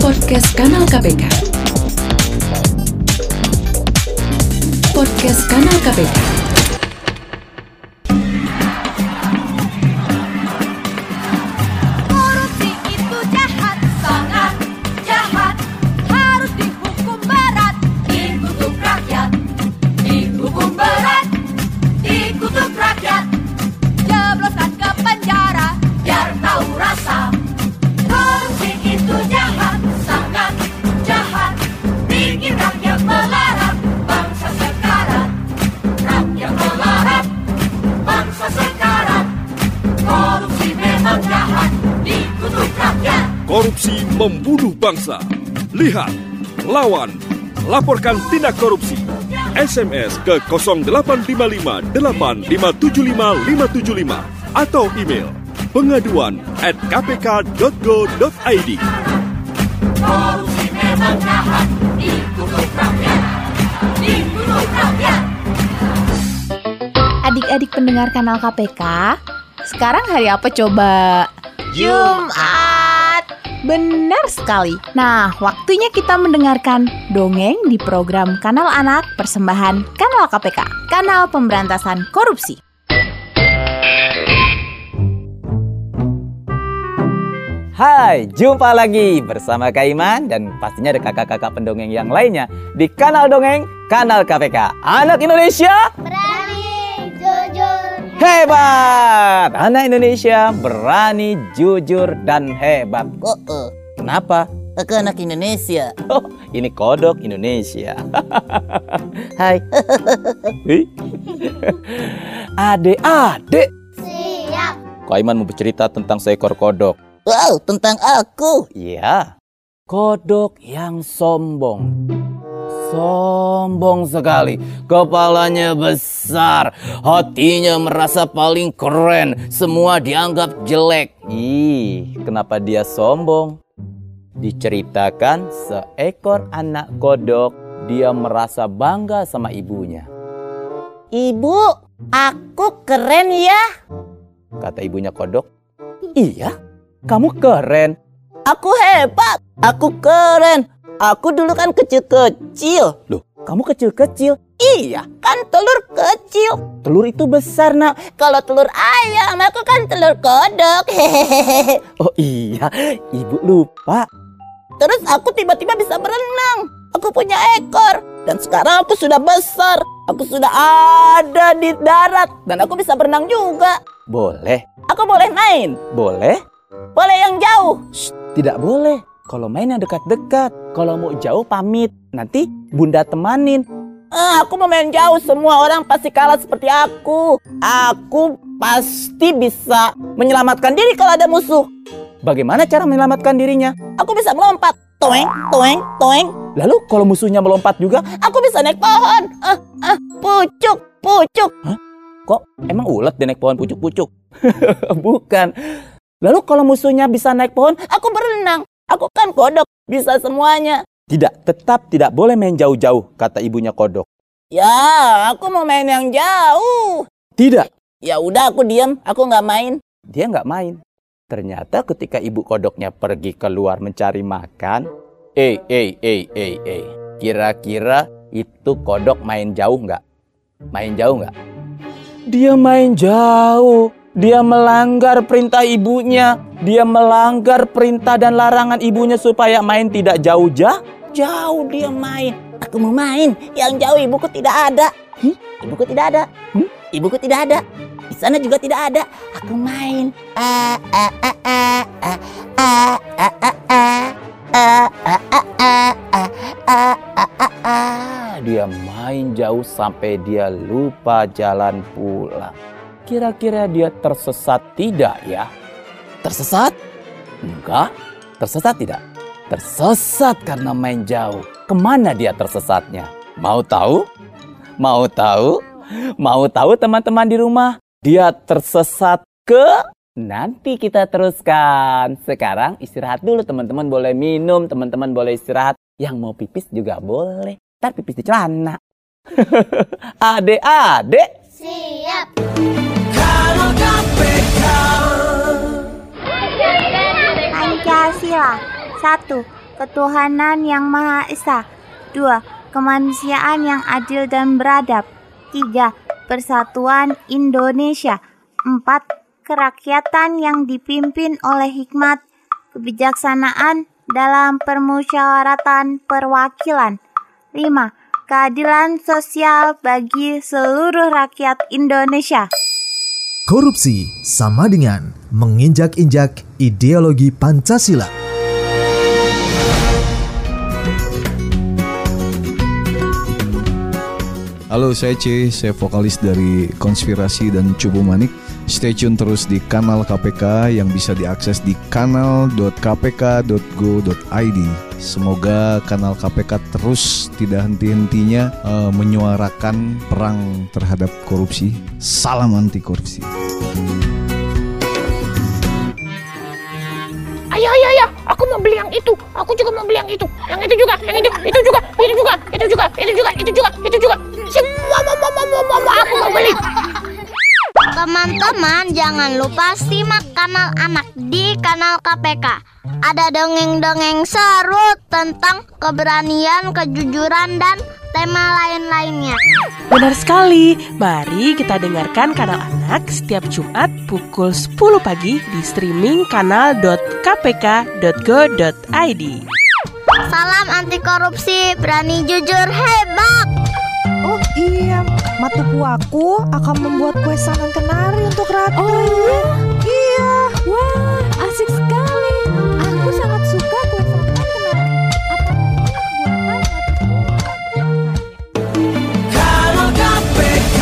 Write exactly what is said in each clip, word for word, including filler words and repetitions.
Podcast Kanal K P K. Podcast Kanal K P K. Korupsi itu jahat, sangat jahat. Harus dihukum berat, dikutuk rakyat. Dihukum berat, dikutuk rakyat. Jebloskan ke penjara, biar tahu rasa. Korupsi itu jahat, sangat jahat. Bikin rakyat melarat, bangsa sekarat. Rakyat melarat, bangsa sekarat. Korupsi memang jahat, dikutuk rakyat. Korupsi membunuh bangsa. Lihat, lawan, laporkan tindak korupsi. S M S ke nol delapan lima lima delapan lima tujuh lima lima tujuh lima atau email pengaduan at k p k dot go dot i d. Korupsi memang jahat, dikutuk rakyat. Dikutuk rakyat. Adik-adik pendengar Kanal K P K, sekarang hari apa coba? Jumat. Benar sekali. Nah, waktunya kita mendengarkan dongeng di program Kanal Anak persembahan Kanal K P K, Kanal Pemberantasan Korupsi. Hai, jumpa lagi bersama Kak Iman dan pastinya ada kakak-kakak pendongeng yang lainnya di Kanal Dongeng, Kanal K P K. Anak Indonesia berani, jujur, hebat. Anak Indonesia berani, jujur, dan hebat. Kok? Uh, kenapa? Aku anak Indonesia. Oh, ini kodok Indonesia. Hai. Adik-adik. Siap. Kak Iman mau bercerita tentang seekor kodok. Wow, tentang aku. Iya, kodok yang sombong. Sombong sekali. Kepalanya besar, hatinya merasa paling keren. Semua dianggap jelek. Ih, kenapa dia sombong? Diceritakan seekor anak kodok, dia merasa bangga sama ibunya. Ibu, aku keren ya. Kata ibunya kodok, iya, kamu keren. Aku hebat. Aku keren. Aku dulu kan kecil-kecil. Loh, kamu kecil-kecil? Iya, kan telur kecil. Telur itu besar, nak. Kalau telur ayam, aku kan telur kodok. Hehehe. Oh iya, ibu lupa. Terus aku tiba-tiba bisa berenang. Aku punya ekor. Dan sekarang aku sudah besar. Aku sudah ada di darat. Dan aku bisa berenang juga. Boleh? Aku boleh main. Boleh? Boleh yang jauh. Shh, tidak boleh. Kalau main yang dekat-dekat. Kalau mau jauh pamit. Nanti bunda temanin. Ah, aku mau main jauh. Semua orang pasti kalah seperti aku. Aku pasti bisa menyelamatkan diri kalau ada musuh. Bagaimana cara menyelamatkan dirinya? Aku bisa melompat. Toeng, toeng, toeng. Lalu kalau musuhnya melompat juga? Aku bisa naik pohon. Ah, ah, pucuk, pucuk. Hah? Kok emang ulet dia naik pohon pucuk-pucuk? Bukan. Lalu kalau musuhnya bisa naik pohon, aku berenang. Aku kan kodok, bisa semuanya. Tidak, tetap tidak boleh main jauh-jauh, kata ibunya kodok. Ya, aku mau main yang jauh. Tidak. Ya udah, aku diam, aku nggak main. Dia nggak main. Ternyata ketika ibu kodoknya pergi keluar mencari makan, eh, eh, eh, eh, eh, kira-kira itu kodok main jauh nggak? Main jauh nggak? Dia main jauh. Dia melanggar perintah ibunya. Dia melanggar perintah dan larangan ibunya supaya main tidak jauh-jauh. Jauh dia main. Aku mau main. Yang jauh ibuku tidak ada. Hmm? Ibuku tidak ada. Hmm? Ibuku tidak ada. Di sana juga tidak ada. Aku main. Ah ah ah ah ah ah ah ah ah ah ah ah ah ah ah. Dia main jauh sampai dia lupa jalan pulang. Kira-kira dia tersesat tidak ya? Tersesat? Enggak. Tersesat tidak? Tersesat karena main jauh. Kemana dia tersesatnya? Mau tahu? Mau tahu? Mau tahu teman-teman di rumah? Dia tersesat ke... Nanti kita teruskan. Sekarang istirahat dulu, teman-teman boleh minum, teman-teman boleh istirahat. Yang mau pipis juga boleh. Ntar pipis di celana. Adek-adek. Siap. Pancasila. Satu. ketuhanan yang Maha Esa. Dua, kemanusiaan yang adil dan beradab. Tiga, persatuan Indonesia. Empat, kerakyatan yang dipimpin oleh hikmat, kebijaksanaan dalam permusyawaratan perwakilan. Lima, keadilan sosial bagi seluruh rakyat Indonesia. Korupsi sama dengan menginjak-injak ideologi Pancasila. Halo, saya C, saya vokalis dari Konspirasi dan Cubu Manik. Stay tune terus di kanal K P K yang bisa diakses di kanal dot k p k dot go dot i d. Semoga kanal K P K terus tidak henti-hentinya uh, menyuarakan perang terhadap korupsi. Salam anti korupsi. Ayo, ayo, ayo, aku mau beli yang itu. Aku juga mau beli yang itu. Yang itu juga, yang itu, itu juga, itu juga, itu juga, itu juga, itu juga, itu juga. Semua mau, mau, mau, mau, mau, aku mau beli. Teman-teman, jangan lupa simak kanal anak di kanal K P K. Ada dongeng-dongeng seru tentang keberanian, kejujuran, dan tema lain-lainnya. Benar sekali. Mari kita dengarkan kanal anak setiap Jumat pukul sepuluh pagi di streaming kanal dot k p k dot go dot i d. Salam anti korupsi, berani jujur hebat. Oh iya, matuku aku akan membuat kue santan kenari untuk ratu. Oh iya? Iya. Wah, asik sekali. Aku sangat suka kue santan kenari. Kanal K P K.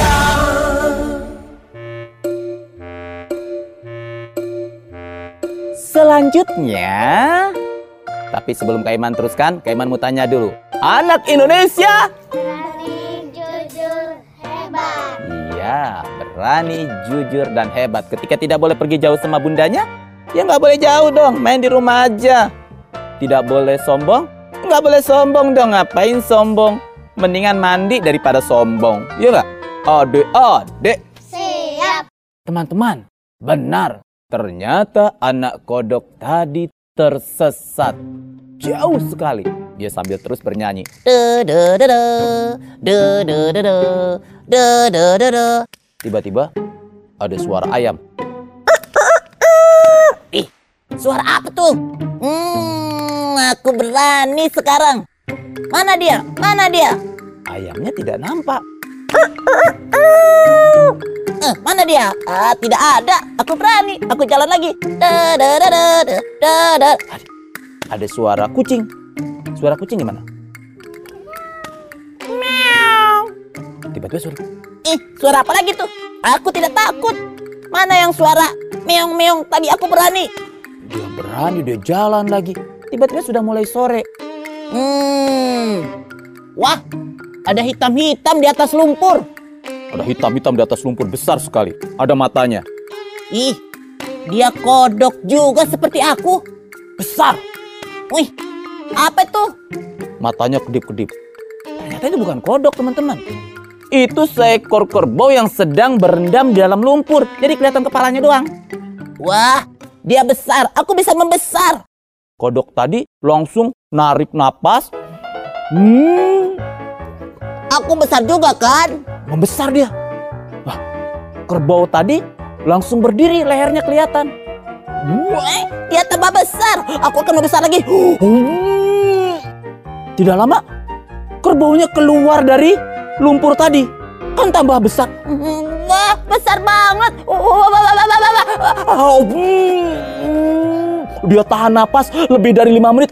Selanjutnya, tapi sebelum Kak Iman teruskan, Kak Iman mau tanya dulu. Anak Indonesia Berani, jujur, hebat. iya, berani, jujur, dan hebat. Ketika tidak boleh pergi jauh sama bundanya, ya nggak boleh jauh dong, main di rumah aja. Tidak boleh sombong, nggak boleh sombong dong, ngapain sombong? Mendingan mandi daripada sombong, iya nggak? Adek-adek. Siap. Teman-teman, benar. Ternyata anak kodok tadi tersesat. Jauh sekali. Dia sambil terus bernyanyi. Tiba-tiba ada suara ayam. Ih, suara apa tuh? Hmm, aku berani sekarang. Mana dia? Mana dia? Ayamnya tidak nampak. Eh, mana dia? Ah, tidak ada. Aku berani. Aku jalan lagi. Da, da, da, da, da, da, da. Ada suara kucing. Suara kucing gimana? Meow. Tiba-tiba suara. Ih, suara apa lagi tuh? Aku tidak takut. Mana yang suara meong-meong tadi? Aku berani. Dia berani, dia jalan lagi. Tiba-tiba sudah mulai sore. Hmm. Wah, ada hitam-hitam di atas lumpur. Ada hitam-hitam di atas lumpur besar sekali. Ada matanya. Ih, dia kodok juga seperti aku. Besar. Wih, apa tuh? Matanya kedip-kedip. Ternyata itu bukan kodok, teman-teman. Itu seekor kerbau yang sedang berendam di dalam lumpur. Jadi kelihatan kepalanya doang. Wah, dia besar. Aku bisa membesar. Kodok tadi langsung narik napas. Hmm. Aku besar juga kan? Membesar dia. Wah, kerbau tadi langsung berdiri, lehernya kelihatan. Wah, dia tambah besar. Aku akan membesar lagi. Tidak lama, kerbaunya keluar dari lumpur tadi. Kan tambah besar. Wah, besar banget. Dia tahan napas lebih dari lima menit.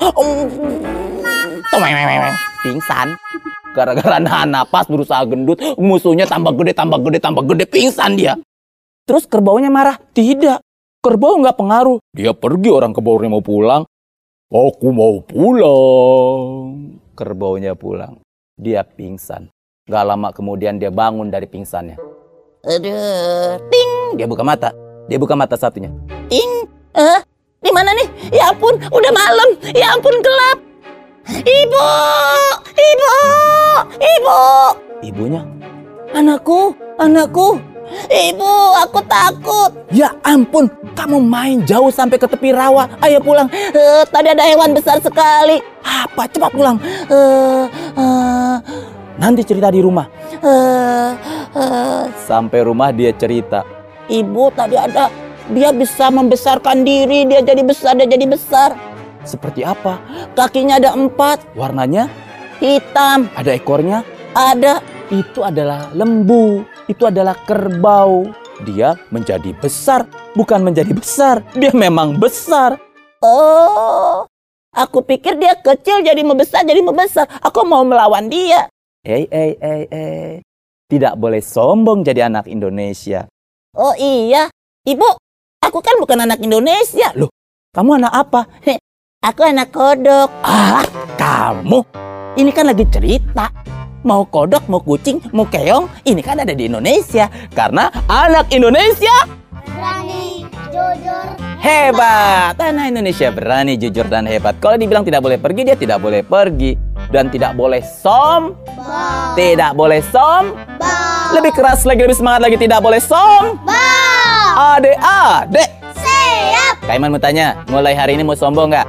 Pingsan. Gara-gara nahan napas berusaha gendut, musuhnya tambah gede, tambah gede, tambah gede, pingsan dia. Terus kerbaunya marah. Tidak, kerbau nggak pengaruh. Dia pergi, orang kerbaunya mau pulang. Aku mau pulang. Kerbaunya pulang. Dia pingsan. Gak lama kemudian dia bangun dari pingsannya. Aduh, ting. Dia buka mata. Dia buka mata satunya. Ting. Eh, di mana nih? Ya ampun, udah malam. Ya ampun, gelap. Ibu, ibu, ibu. Ibunya, anakku, anakku, Ibu, aku takut. Ya ampun, kamu main jauh sampai ke tepi rawa. Ayo pulang. Uh, tadi ada hewan besar sekali. Apa? Cepat pulang. Uh, uh, nanti cerita di rumah. Uh, uh. Sampai rumah dia cerita. Ibu, tadi ada, dia bisa membesarkan diri. Dia jadi besar, dia jadi besar. Seperti apa? Kakinya ada empat. Warnanya? Hitam. Ada ekornya? Ada. Itu adalah lembu. Itu adalah kerbau. Dia menjadi besar, bukan menjadi besar. Dia memang besar. Oh, aku pikir dia kecil jadi membesar, jadi membesar. Aku mau melawan dia. Eh, eh, eh, eh. Tidak boleh sombong jadi anak Indonesia. Oh iya, Ibu, aku kan bukan anak Indonesia. Loh, kamu anak apa? Heh, aku anak kodok. Ah, kamu? Ini kan lagi cerita. Mau kodok, mau kucing, mau keong, ini kan ada di Indonesia. Karena anak Indonesia berani, jujur, hebat. Anak Indonesia berani, jujur, dan hebat. Kalau dibilang tidak boleh pergi, dia tidak boleh pergi. Dan tidak boleh som. Bang. Tidak boleh som. Bang. Lebih keras lagi, lebih semangat lagi, tidak boleh som. Bang. Ade, ade. Siap. Kaiman mau tanya, mulai hari ini mau sombong nggak?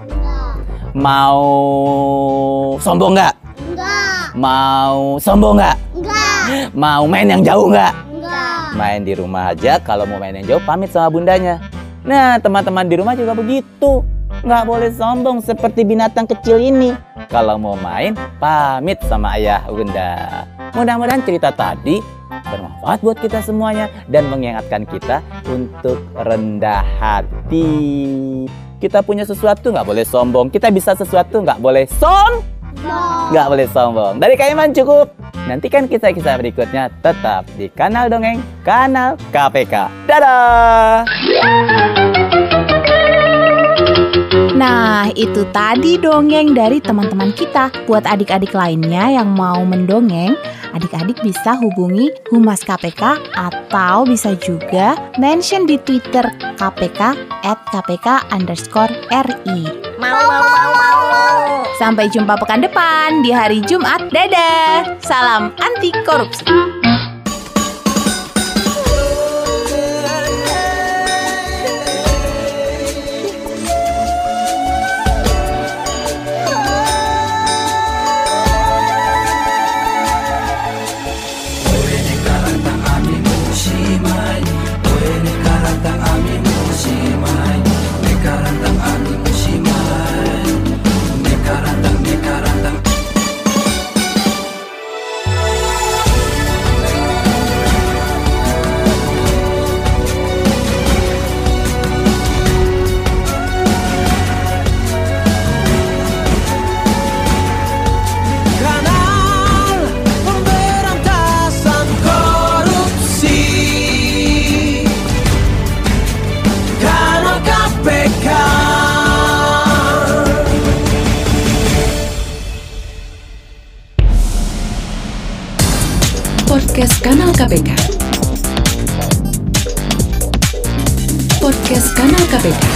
Mau sombong nggak? Enggak. Mau sombong nggak? Enggak. Mau main yang jauh nggak? Enggak. Main di rumah aja. Kalau mau main yang jauh, pamit sama bundanya. Nah, teman-teman di rumah juga begitu. Nggak boleh sombong seperti binatang kecil ini. Kalau mau main, pamit sama ayah bunda. Mudah-mudahan cerita tadi bermanfaat buat kita semuanya dan mengingatkan kita untuk rendah hati. Kita punya sesuatu nggak boleh sombong. Kita bisa sesuatu nggak boleh som. Nggak boleh sombong. Dari Kaiman cukup. Nantikan kisah-kisah berikutnya tetap di Kanal Dongeng, Kanal K P K. Dadah! Nah, itu tadi dongeng dari teman-teman kita. Buat adik-adik lainnya yang mau mendongeng, adik-adik bisa hubungi Humas K P K atau bisa juga mention di Twitter K P K at K P K underscore R I. Mau, mau, mau, mau, mau. Sampai jumpa pekan depan di hari Jumat. Dadah! Salam anti korupsi. Podcast Kanal K P K. Podcast Kanal K P K.